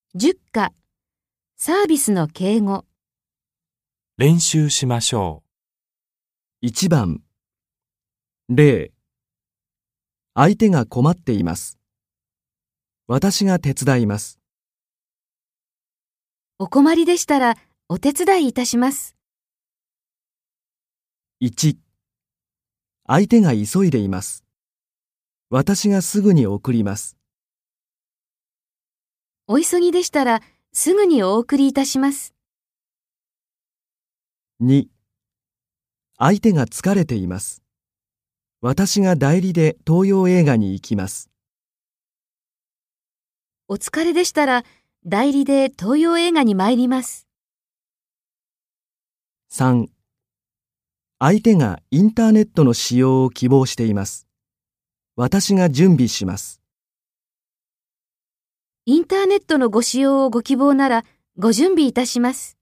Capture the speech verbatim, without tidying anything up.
じゅっ課、サービスの敬語。 練習しましょいちばん、例、相手が困っています。私が手伝います。 お困りでしたらお手伝いいたします。 いち、相手が急いでいます。私がすぐに送ります。 お急ぎでしたらすぐにお送りいたします。 に、相手が疲れています。私が代理で東洋映画に行きます。 お疲れでしたら代理で東洋映画に参ります。 さん、相手がインターネットの使用を希望しています。私が準備します。 インターネットのご使用をご希望ならご準備いたします。